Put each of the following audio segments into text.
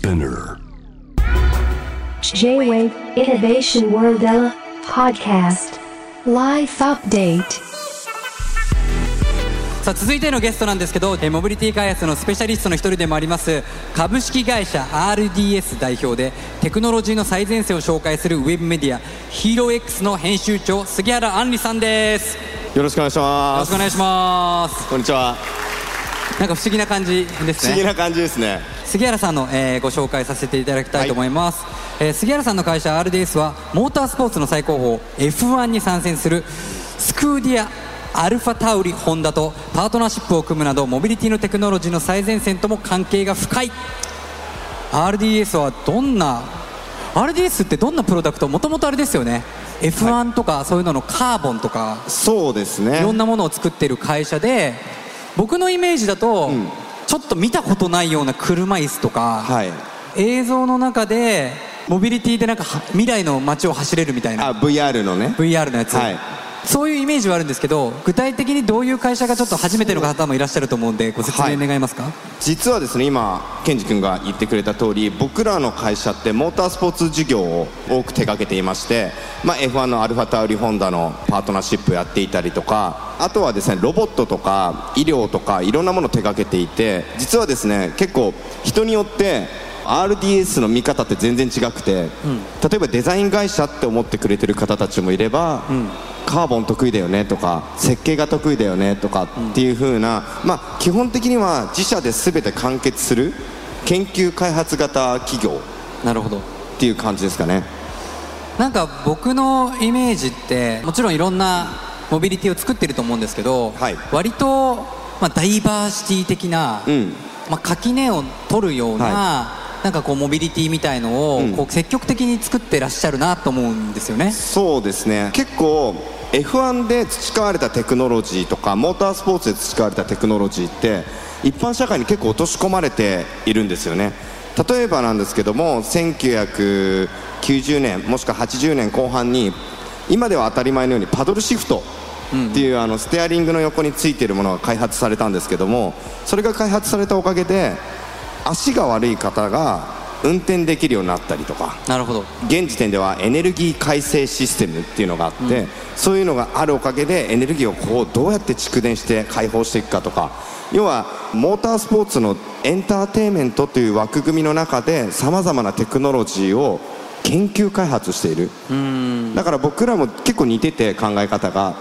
Spinner J-Wave Innovation World Ella Podcast Life Update。 さあ続いてのゲストなんですけど、モビリティ開発のスペシャリストの一人でもあります株式会社 RDS 代表でテクノロジーの最前線を紹介するウェブメディアヒーロー X の編集長杉原杏里さんです。 よろしくお願いします。 よろしくお願いします。 こんにちは。 なんか不思議な感じですね。 不思議な感じですね。 杉原さんの、ご紹介させていただきたいと思います、杉原さんの会社 RDS はモータースポーツの最高峰 F1 に参戦するスクーディアアルファタウリホンダとパートナーシップを組むなどモビリティのテクノロジーの最前線とも関係が深い。 RDS はRDS ってどんなプロダクト、もともとあれですよね、F1 とかそういうののカーボンとかそうですね、 いろんなものを作っている会社で、僕のイメージだと、ちょっと見たことないような車椅子とか、映像の中でモビリティでなんか未来の街を走れるみたいな、 VR のね VR のやつ、そういうイメージはあるんですけど、具体的にどういう会社がちょっと初めての方もいらっしゃると思うんでご説明願えますか。 実はですね、今ケンジ君が言ってくれた通り、僕らの会社ってモータースポーツ事業を多く手掛けていまして、F1 のアルファタウリホンダのパートナーシップやっていたりとか、あとはですねロボットとか医療とかいろんなものを手掛けていて、実はですね結構人によって RDS の見方って全然違くて、例えばデザイン会社って思ってくれてる方たちもいれば、カーボン得意だよねとか設計が得意だよねとかっていう風な、基本的には自社で全て完結する研究開発型企業っていう感じですかね。 なんか僕のイメージってもちろんいろんなモビリティを作ってると思うんですけど、割と、ダイバーシティ的な、垣根を取るような、なんかこうモビリティみたいのをこう積極的に作ってらっしゃるなと思うんですよね。 そうですね、結構 F1 で培われたテクノロジーとかモータースポーツで培われたテクノロジーって一般社会に結構落とし込まれているんですよね。例えばなんですけども、1990年もしくは80年後半に今では当たり前のようにパドルシフトっていうステアリングの横についているものが開発されたんですけども、それが開発されたおかげで足が悪い方が運転できるようになったりとか、現時点ではエネルギー改正システムっていうのがあって、そういうのがあるおかげでエネルギーをこうどうやって蓄電して解放していくかとか、要はモータースポーツのエンターテインメントという枠組みの中でさまざまなテクノロジーを研究開発している。だから僕らも結構似てて、考え方が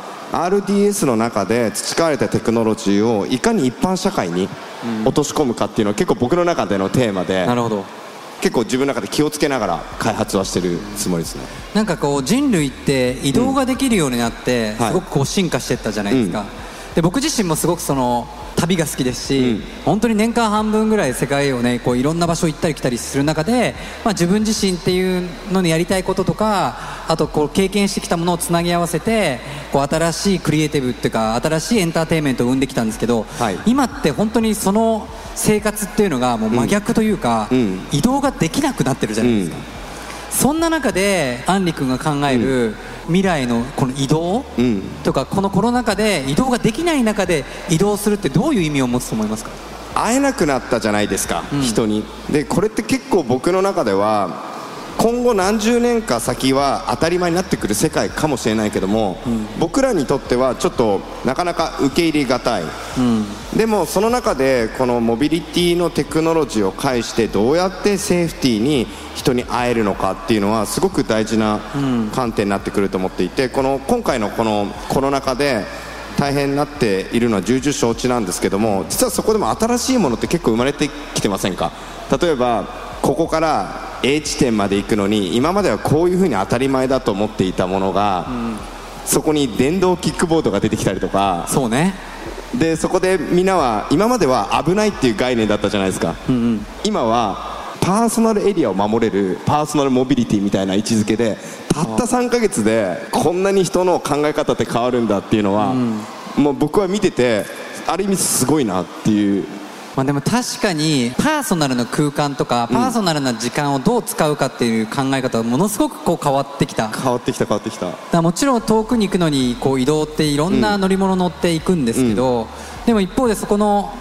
RDS の中で培われたテクノロジーをいかに一般社会に落とし込むかっていうのは結構僕の中でのテーマで、結構自分の中で気をつけながら開発はしてるつもりですね。 なんかこう人類って移動ができるようになってすごくこう進化していったじゃないですか。で僕自身もすごくその旅が好きですし、本当に年間半分ぐらい世界をねこういろんな場所行ったり来たりする中で、自分自身っていうのにやりたいこととか、あとこう経験してきたものをつなぎ合わせてこう新しいクリエイティブっていうか新しいエンターテインメントを生んできたんですけど、今って本当にその生活っていうのがもう真逆というか、移動ができなくなってるじゃないですか。そんな中で杏里君が考える未来のこの移動とか、このコロナ禍で移動ができない中で移動するってどういう意味を持つと思いますか。 会えなくなったじゃないですか、人に。でこれって結構僕の中では今後何十年か先は当たり前になってくる世界かもしれないけども、僕らにとってはちょっとなかなか受け入れがたい、でもその中でこのモビリティのテクノロジーを介してどうやってセーフティーに人に会えるのかっていうのはすごく大事な観点になってくると思っていて、今回のこのコロナ禍で大変になっているのは重々承知なんですけども、実はそこでも新しいものって結構生まれてきてませんか。例えばここから A 地点まで行くのに今まではこういうふうに当たり前だと思っていたものが、そこに電動キックボードが出てきたりとか、でそこでみんなは今までは危ないっていう概念だったじゃないですか、今はパーソナルエリアを守れるパーソナルモビリティみたいな位置づけで、たった3ヶ月でこんなに人の考え方って変わるんだっていうのは、もう僕は見ててある意味すごいなっていう。 でも確かにパーソナルな空間とか、パーソナルな時間をどう使うかっていう考え方はものすごくこう変わってきた。だからもちろん遠くに行くのにこう移動っていろんな乗り物乗っていくんですけど、でも一方でそこの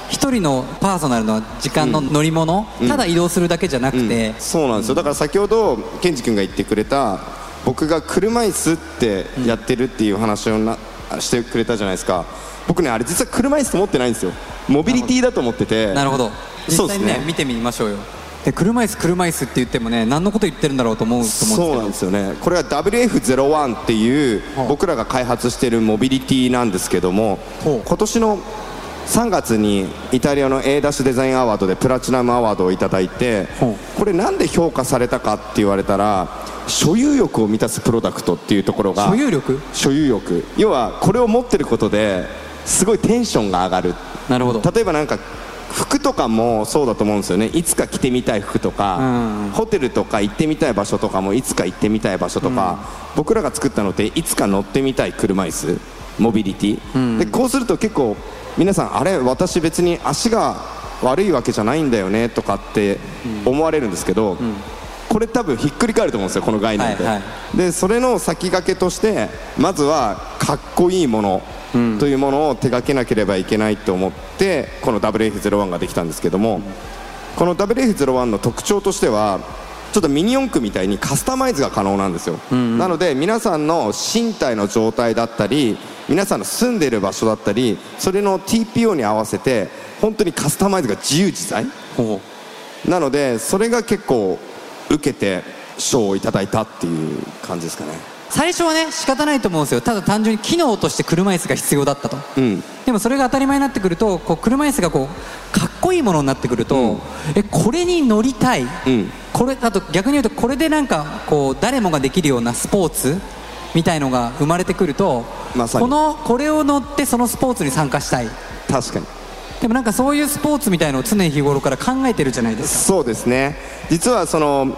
一人のパーソナルの時間の乗り物、ただ移動するだけじゃなくて、 そうなんですよ。だから先ほどケンジ君が言ってくれた、僕が車椅子ってやってるっていう話をしてくれたじゃないですか。僕ね、あれ実は車椅子と思ってないんですよ。モビリティだと思ってて。 なるほど。実際にね、見てみましょうよ。で車椅子って言ってもね、何のこと言ってるんだろうと思うんですけど。 そうなんですよね。これは WF01 っていう僕らが開発しているモビリティなんですけども、今年の3月にイタリアの A ダッシュデザインアワードでプラチナムアワードをいただいて、これなんで評価されたかって言われたら、所有欲を満たすプロダクトっていうところが。 所有力。 要はこれを持ってることですごいテンションが上がる。 なるほど。 例えばなんか服とかもそうだと思うんですよね。いつか着てみたい服とか、ホテルとか行ってみたい場所とかもいつか行ってみたい場所とか、僕らが作ったのっていつか乗ってみたい車椅子モビリティ、でこうすると結構皆さん、あれ私別に足が悪いわけじゃないんだよねとかって思われるんですけど、これ多分ひっくり返ると思うんですよ、この概念で。でそれの先駆けとしてまずはかっこいいものというものを手掛けなければいけないと思ってこの WF01 ができたんですけども、この WF01 の特徴としてはちょっとミニ四駆みたいにカスタマイズが可能なんですよ。なので皆さんの身体の状態だったり皆さんの住んでいる場所だったりそれの TPO に合わせて本当にカスタマイズが自由自在なので、それが結構受けて賞をいただいたっていう感じですかね。 最初はね仕方ないと思うんですよ。ただ単純に機能として車椅子が必要だったと、でもそれが当たり前になってくると、こう車椅子がこうかっこいいものになってくると、これに乗りたい、これあと逆に言うとこれでなんかこう誰もができるようなスポーツみたいのが生まれてくると、これを乗ってそのスポーツに参加したい。 確かに。 でもなんかそういうスポーツみたいのを常日頃から考えてるじゃないですか。 そうですね。実はその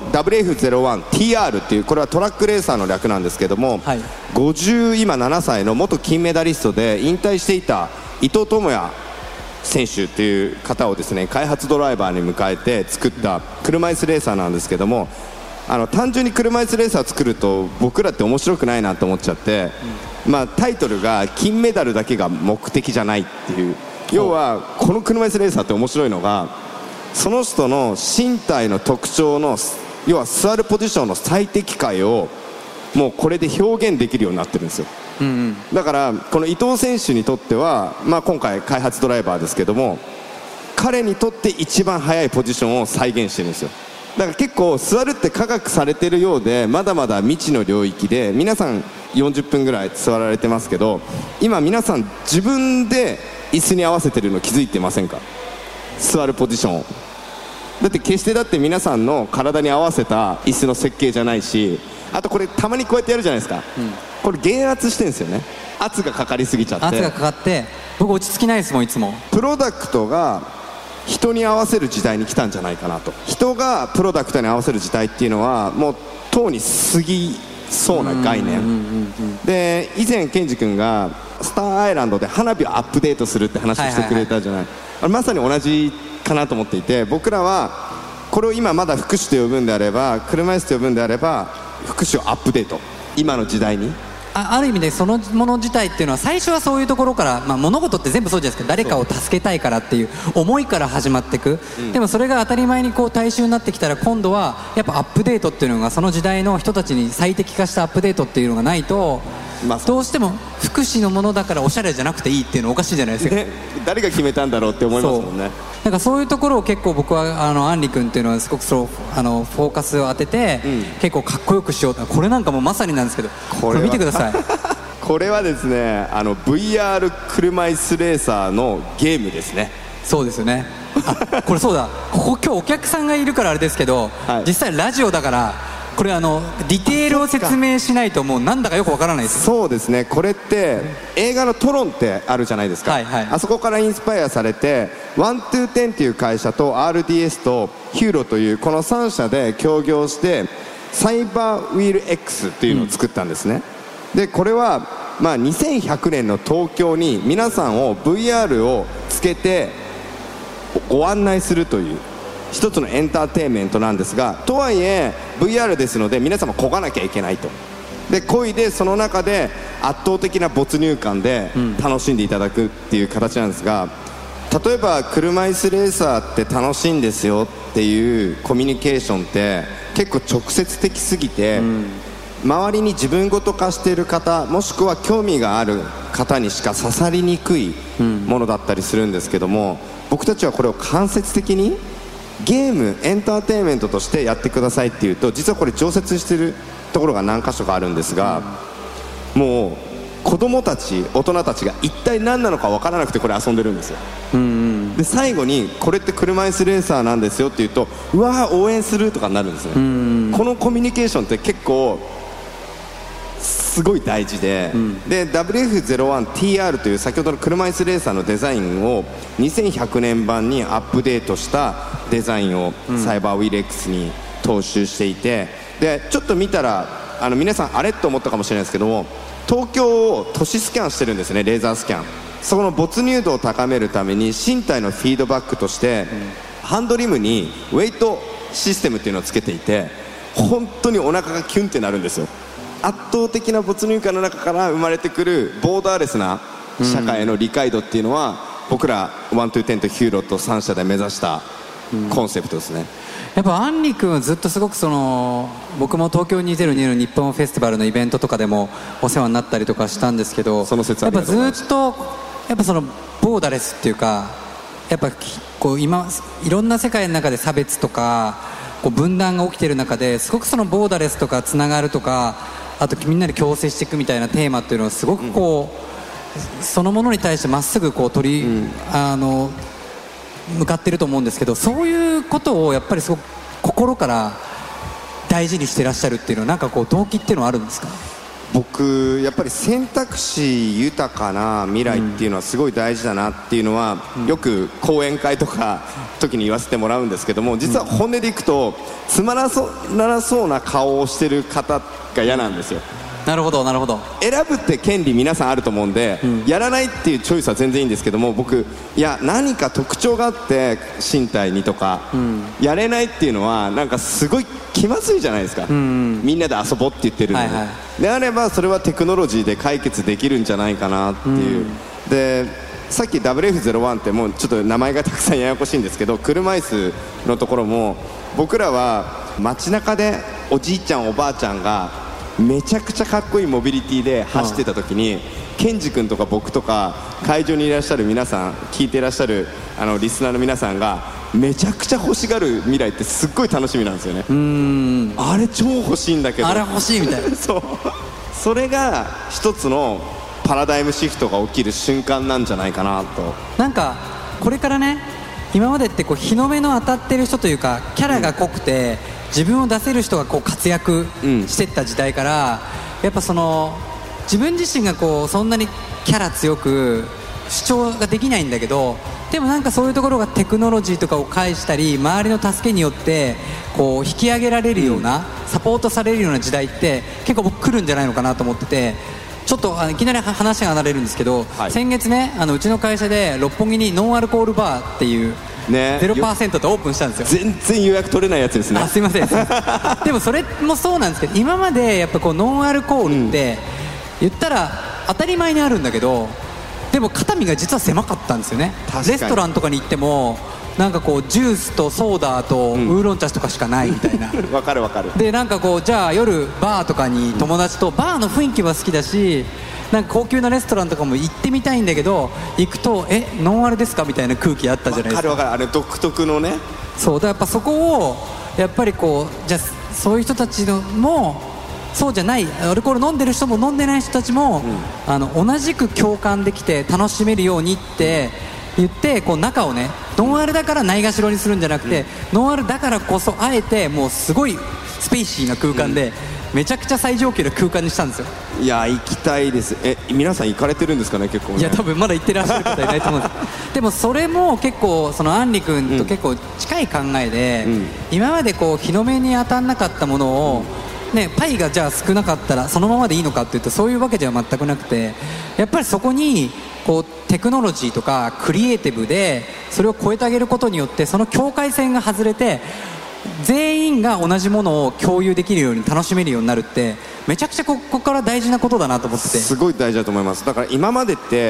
WF01TR っていうこれはトラックレーサーの略なんですけども、50今7歳の元金メダリストで引退していた伊藤智也選手っていう方をですね開発ドライバーに迎えて作った車椅子レーサーなんですけども、単純に車椅子レーサー作ると僕らって面白くないなと思っちゃって、タイトルが金メダルだけが目的じゃないっていう。要はこの車椅子レーサーって面白いのがその人の身体の特徴の要は座るポジションの最適解をもうこれで表現できるようになってるんですよ。だからこの伊藤選手にとっては、今回開発ドライバーですけども彼にとって一番速いポジションを再現してるんですよ。だから結構座るって科学されてるようでまだまだ未知の領域で、皆さん40分ぐらい座られてますけど、今皆さん自分で椅子に合わせてるの気づいてませんか？座るポジションだって決してだって皆さんの体に合わせた椅子の設計じゃないし、あとこれたまにこうやってやるじゃないですか、これ減圧してるんですよね。圧がかかりすぎちゃって、 圧がかかって僕落ち着きないですもんいつも。 プロダクトが人に合わせる時代に来たんじゃないかなと。人がプロダクトに合わせる時代っていうのはもうとうに過ぎそうな概念で、以前ケンジ君がスターアイランドで花火をアップデートするって話をしてくれたじゃない。あれまさに同じかなと思っていて、僕らはこれを今まだ福祉と呼ぶんであれば車椅子と呼ぶんであれば福祉をアップデート今の時代に。 ある意味でそのもの自体っていうのは最初はそういうところから、物事って全部そうじゃないですか。誰かを助けたいからっていう思いから始まっていく、でもそれが当たり前にこう大衆になってきたら今度はやっぱアップデートっていうのがその時代の人たちに最適化したアップデートっていうのがないと、どうしても福祉のものだからおしゃれじゃなくていいっていうのおかしいじゃないですか、 誰が決めたんだろうって思いますもんね。 だからそういうところを結構僕はアンリ君っていうのはすごくフォーカスを当てて、結構かっこよくしようと。これなんかもまさになんですけど、これ見てくださいこれはですねVR 車椅子レーサーのゲームですね。 そうですよね。これそうだ、ここ今日お客さんがいるからあれですけど、実際ラジオだからこれディテールを説明しないともうなんだかよくわからないです。 そうですね。これって映画のトロンってあるじゃないですか、あそこからインスパイアされて1-10っていう会社と RDS とヒューロというこの3社で協業してサイバーウィール X っていうのを作ったんですね、でこれは2100年の東京に皆さんを VR をつけてご案内するという一つのエンターテインメントなんですが、とはいえ VR ですので皆様漕がなきゃいけないと。で漕いでその中で圧倒的な没入感で楽しんでいただくっていう形なんですが、 例えば車椅子レーサーって楽しいんですよっていうコミュニケーションって結構直接的すぎて、周りに自分ごと化している方もしくは興味がある方にしか刺さりにくいものだったりするんですけども、僕たちはこれを間接的にゲームエンターテインメントとしてやってくださいっていうと、実はこれ常設しているところが何箇所かあるんですが、もう子供たち大人たちが一体何なのか分からなくてこれ遊んでるんですよ。で最後にこれって車椅子レーサーなんですよって言うと、うわー応援するとかになるんですね。このコミュニケーションって結構すごい大事で、で WF01TR という先ほどの車椅子レーサーのデザインを2100年版にアップデートしたデザインをサイバーウィレックスに踏襲していて、でちょっと見たら皆さんあれと思ったかもしれないですけども、東京を都市スキャンしてるんですね、レーザースキャン。そこの没入度を高めるために身体のフィードバックとして、ハンドリムにウェイトシステムっていうのをつけていて、本当にお腹がキュンってなるんですよ。圧倒的な没入感の中から生まれてくるボーダーレスな社会への理解度っていうのは、僕ら1-10とヒューロと3社で目指したコンセプトですね。 やっぱアンリ君はずっとすごく僕も東京2020の日本フェスティバルのイベントとかでもお世話になったりとかしたんですけど、 その説あやっぱりがとうございます。 ずっとやっぱボーダーレスっていうか、やっぱこう今いろんな世界の中で差別とかこう分断が起きている中で、すごくボーダーレスとかつながるとか、あとみんなで共生していくみたいなテーマっていうのはすごくそのものに対してまっすぐ向かってると思うんですけど、そういうことをやっぱりすごく心から大事にしてらっしゃるっていうのは、なんか動機っていうのはあるんですか？ 僕やっぱり選択肢豊かな未来っていうのはすごい大事だなっていうのは、よく講演会とか時に言わせてもらうんですけども、実は本音でいくとつまらなそうな顔をしてる方が嫌なんですよ。 なるほどなるほど。 選ぶって権利皆さんあると思うんで、やらないっていうチョイスは全然いいんですけども、僕いや何か特徴があって身体にとか、やれないっていうのはなんかすごい気まずいじゃないですか。みんなで遊ぼうって言ってるのに、であればそれはテクノロジーで解決できるんじゃないかなっていう、でさっき WF01 ってもうちょっと名前がたくさんややこしいんですけど、車椅子のところも僕らは街中でおじいちゃんおばあちゃんがめちゃくちゃかっこいいモビリティで走ってた時に、ケンジ君とか僕とか会場にいらっしゃる皆さん、聞いていらっしゃるリスナーの皆さんがめちゃくちゃ欲しがる未来ってすっごい楽しみなんですよね。あれ超欲しいんだけど、 あれ欲しいみたいなそれが一つのパラダイムシフトが起きる瞬間なんじゃないかなと。 なんかこれからね、今までって日の目の当たってる人というか、キャラが濃くて、自分を出せる人が活躍していった時代から、やっぱ自分自身がそんなにキャラ強く主張ができないんだけど、でもなんかそういうところがテクノロジーとかを介したり、周りの助けによって引き上げられるような、サポートされるような時代って結構僕来るんじゃないのかなと思ってて、ちょっといきなり話が離れるんですけど、先月ね、うちの会社で六本木にノンアルコールバーっていう0% でオープンしたんですよ。 全然予約取れないやつですね。 すいませんでもそれもそうなんですけど、今までやっぱノンアルコールって言ったら当たり前にあるんだけど、でも肩身が実は狭かったんですよね。レストランとかに行ってもなんかジュースとソーダとウーロン茶とかしかないみたいなわかるわかる。 でなんかじゃあ夜バーとかに友達と、バーの雰囲気は好きだし、なんか高級なレストランとかも行ってみたいんだけど、行くとノンアルですかみたいな空気あったじゃないですか。 わかるわかる。独特のね。 そうだ、やっぱそこをやっぱりじゃあそういう人たちのもそうじゃない、アルコール飲んでる人も飲んでない人たちも、同じく共感できて楽しめるようにって言って、中をね、ノンアルだからないがしろにするんじゃなくて、ノンアルだからこそあえてもうすごいスペーシーな空間で、めちゃくちゃ最上級の空間にしたんですよ。 いや行きたいです。皆さん行かれてるんですかね、結構ね。 いや多分まだ行ってらっしゃる方いないと思うんですでもそれも結構アンリ君と結構近い考えで、今まで日の目に当たんなかったものを、パイがじゃあ少なかったらそのままでいいのかっていうと、そういうわけでは全くなくて、やっぱりそこにテクノロジーとかクリエイティブでそれを超えてあげることによって、その境界線が外れて全員が同じものを共有できるように楽しめるようになるって、めちゃくちゃここから大事なことだなと思ってて。 すごい大事だと思います。だから今までって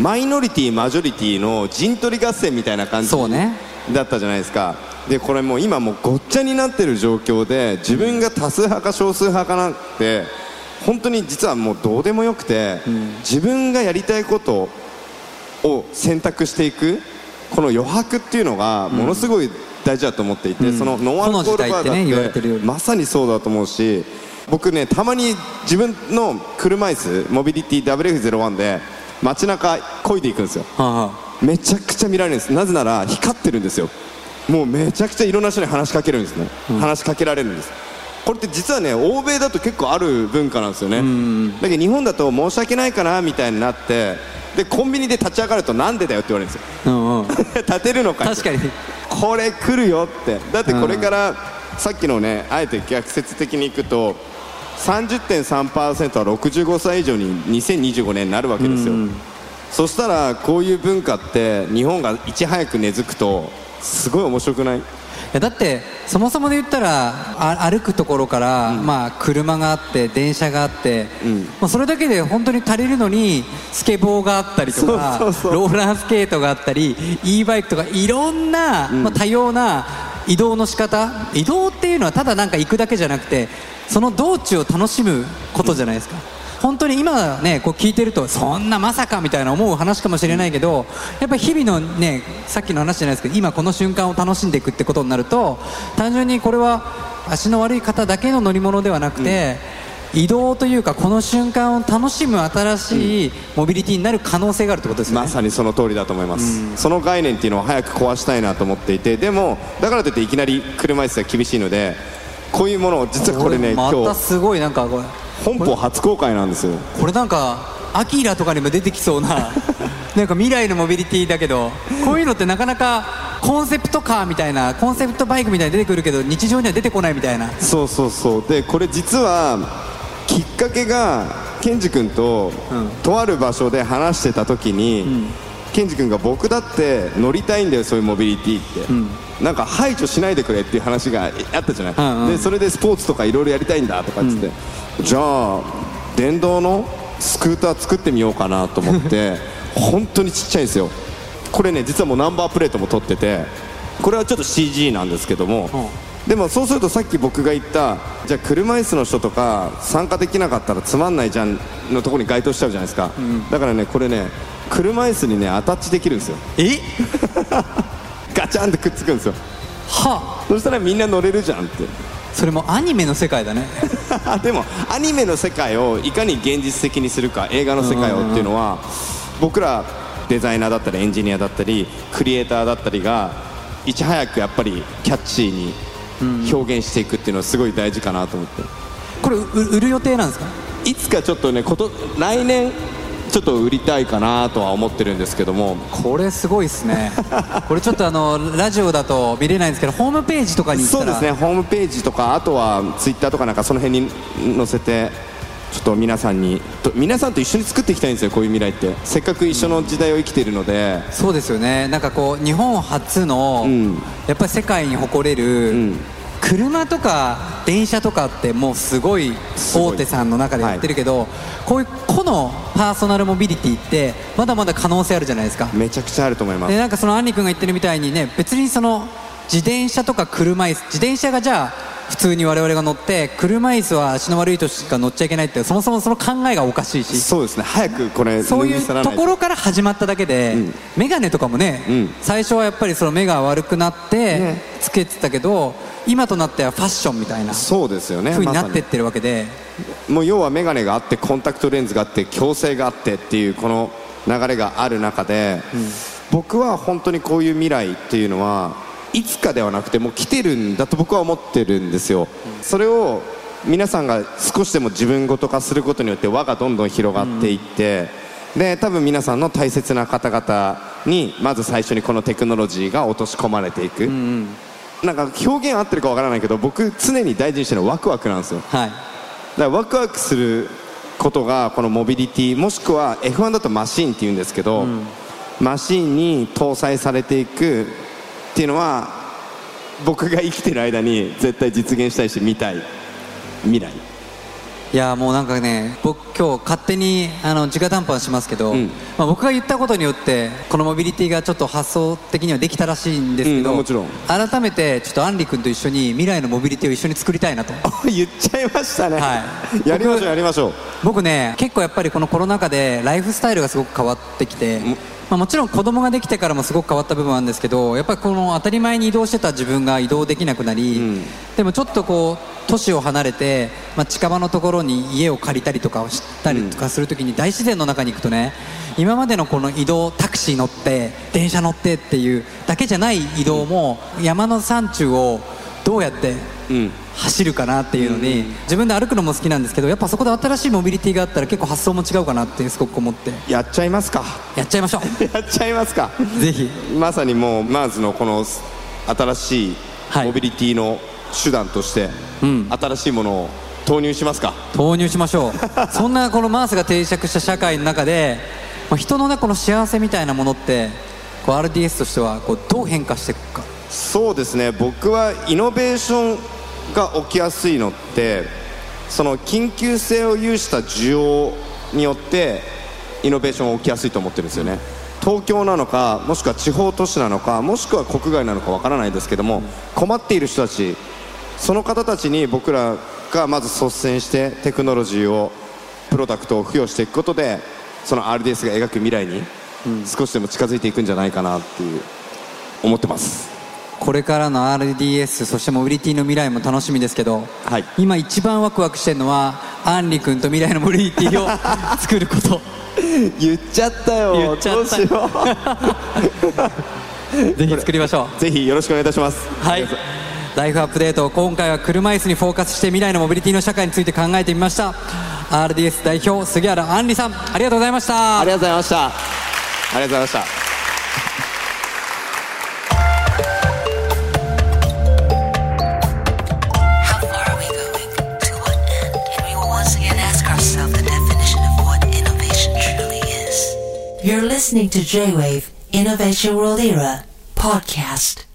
マイノリティマジョリティの陣取り合戦みたいな感じそうねだったじゃないですか。でこれもう今もうごっちゃになってる状況で、自分が多数派か少数派かなんて本当に実はもうどうでもよくて、自分がやりたいことを選択していくこの余白っていうのがものすごい大事だと思っていて、そのノンアルコールバーだってまさにそうだと思うし、僕ねたまに自分の車椅子モビリティ WF01 で街中漕いでいくんですよ。めちゃくちゃ見られるんです。なぜなら光ってるんですよ。もうめちゃくちゃいろんな人に話しかけるんですね、話しかけられるんです。これって実はね欧米だと結構ある文化なんですよね。だけど日本だと申し訳ないかなみたいになって、でコンビニで立ち上がるとなんでだよって言われるんですよ。立てるのか確かにこれ来るよって。だってこれからさっきのねあえて逆説的にいくと 30.3% は65歳以上に2025年になるわけですよ。そしたらこういう文化って日本がいち早く根付くとすごい面白くない？ いやだってそもそもで言ったら歩くところから、まあ、車があって電車があって、まあ、それだけで本当に足りるのにスケボーがあったりとかローラースケートがあったり e バイクとかいろんな、まあ、多様な移動の仕方、移動っていうのはただなんか行くだけじゃなくてその道中を楽しむことじゃないですか。本当に今ねこう聞いてるとそんなまさかみたいな思う話かもしれないけど、やっぱり日々のねさっきの話じゃないですけど今この瞬間を楽しんでいくってことになると、単純にこれは足の悪い方だけの乗り物ではなくて、移動というかこの瞬間を楽しむ新しいモビリティになる可能性があるってことですよね。 まさにその通りだと思います、その概念っていうのを早く壊したいなと思っていて、でもだからといっていきなり車椅子が厳しいので、こういうものを実はこれねまたすごいなんかこれ本邦初公開なんですよ。 これなんかアキラとかにも出てきそうななんか未来のモビリティだけど、こういうのってなかなかコンセプトカーみたいなコンセプトバイクみたいに出てくるけど日常には出てこないみたいな。 そうそうそう。でこれ実はきっかけがケンジ君ととある場所で話してた時に、ケンジ君が僕だって乗りたいんだよそういうモビリティって、なんか排除しないでくれっていう話があったじゃない、でそれでスポーツとかいろいろやりたいんだとかっつって、じゃあ電動のスクーター作ってみようかなと思って本当にちっちゃいんですよ。これね実はもうナンバープレートも取ってて、これはちょっと CG なんですけども、でもそうするとさっき僕が言ったじゃあ車椅子の人とか参加できなかったらつまんないじゃんのところに該当しちゃうじゃないですか、だからねこれね車椅子にねアタッチできるんですよ。ガチャンってくっつくんですよ。そしたらみんな乗れるじゃんって。 それもアニメの世界だねでもアニメの世界をいかに現実的にするか、映画の世界をっていうのは僕らデザイナーだったりエンジニアだったりクリエイターだったりがいち早くやっぱりキャッチーに表現していくっていうのはすごい大事かなと思って。 これ売る予定なんですか？ いつかちょっとね来年ちょっと売りたいかなとは思ってるんですけども。 これすごいですねこれちょっとラジオだと見れないんですけどホームページとかに行ったら。 そうですね、ホームページとかあとはツイッターとかなんかその辺に載せてちょっと皆さんと一緒に作っていきたいんですよ。こういう未来ってせっかく一緒の時代を生きているので、 そうですよね。なんかこう日本初の、やっぱり世界に誇れる、車とか電車とかってもうすごい大手さんの中でやってるけど、こういう個のパーソナルモビリティってまだまだ可能性あるじゃないですか。 めちゃくちゃあると思います。 でなんかそのアンリ君が言ってるみたいにね、別にその自転車とか車椅子、自転車がじゃあ普通に我々が乗って車椅子は足の悪い人しか乗っちゃいけないってそもそもその考えがおかしいし。 そうですね、早くこれそういうところから始まっただけで、メガネとかもね、最初はやっぱりその目が悪くなってつけてたけど、今となってはファッションみたいなそうですよね風になってってるわけで、 もう要はメガネがあってコンタクトレンズがあって矯正があってっていうこの流れがある中で、僕は本当にこういう未来っていうのはいつかではなくてもう来てるんだと僕は思ってるんですよ。それを皆さんが少しでも自分ごと化することによって輪がどんどん広がっていって、で多分皆さんの大切な方々にまず最初にこのテクノロジーが落とし込まれていく、なんか表現合ってるかわからないけど僕常に大事にしてるのはワクワクなんですよ、だからワクワクすることがこのモビリティ、もしくは F1 だとマシンっていうんですけど、マシンに搭載されていくっていうのは僕が生きてる間に絶対実現したいし見たい未来いやもうなんかね、僕今日勝手に直談判しますけど、僕が言ったことによってこのモビリティがちょっと発想的にはできたらしいんですけど、 もちろん改めてちょっとアンリ君と一緒に未来のモビリティを一緒に作りたいなと言っちゃいましたね、 はい、 やりましょうやりましょう。 僕ね、結構やっぱりこのコロナ禍でライフスタイルがすごく変わってきて、もちろん子供ができてからもすごく変わった部分はあるんですけど、やっぱりこの当たり前に移動してた自分が移動できなくなり、でもちょっとこう都市を離れて、近場のところに家を借りたりとかしたりとかするときに大自然の中に行くとね、今までのこの移動、タクシー乗って電車乗ってっていうだけじゃない移動も、山の山中をどうやって走るかなっていうのに、自分で歩くのも好きなんですけど、やっぱそこで新しいモビリティがあったら結構発想も違うかなってすごく思って、 やっちゃいますか。 やっちゃいましょうやっちゃいますかぜひ。 まさにもうマーズのこの新しいモビリティの手段として、新しいものを投入しますか。 投入しましょうそんなこのマースが定着した社会の中で、人のねこの幸せみたいなものってこう RDS としてはこうどう変化していくか。 そうですね、僕はイノベーションが起きやすいのって、その緊急性を有した需要によってイノベーションが起きやすいと思ってるんですよね。東京なのか、もしくは地方都市なのか、もしくは国外なのかわからないですけども、困っている人たち、その方たちに僕らがまず率先してテクノロジーを、プロダクトを付与していくことで、その RDS が描く未来に少しでも近づいていくんじゃないかなっていう思ってます。 これからの RDS、そしてモビリティの未来も楽しみですけど、今一番ワクワクしてるのはアンリ君と未来のモビリティを作ること言っちゃったよ。 言っちゃったよどうしようぜひ作りましょう。 ぜひよろしくお願いいたします。 はい、ライフアップデート、今回は車椅子にフォーカスして未来のモビリティの社会について考えてみました。 RDS 代表杉原杏里さん、ありがとうございました。 ありがとうございました。ありがとうございました。 You're listening to J-Wave Innovation World Era podcast.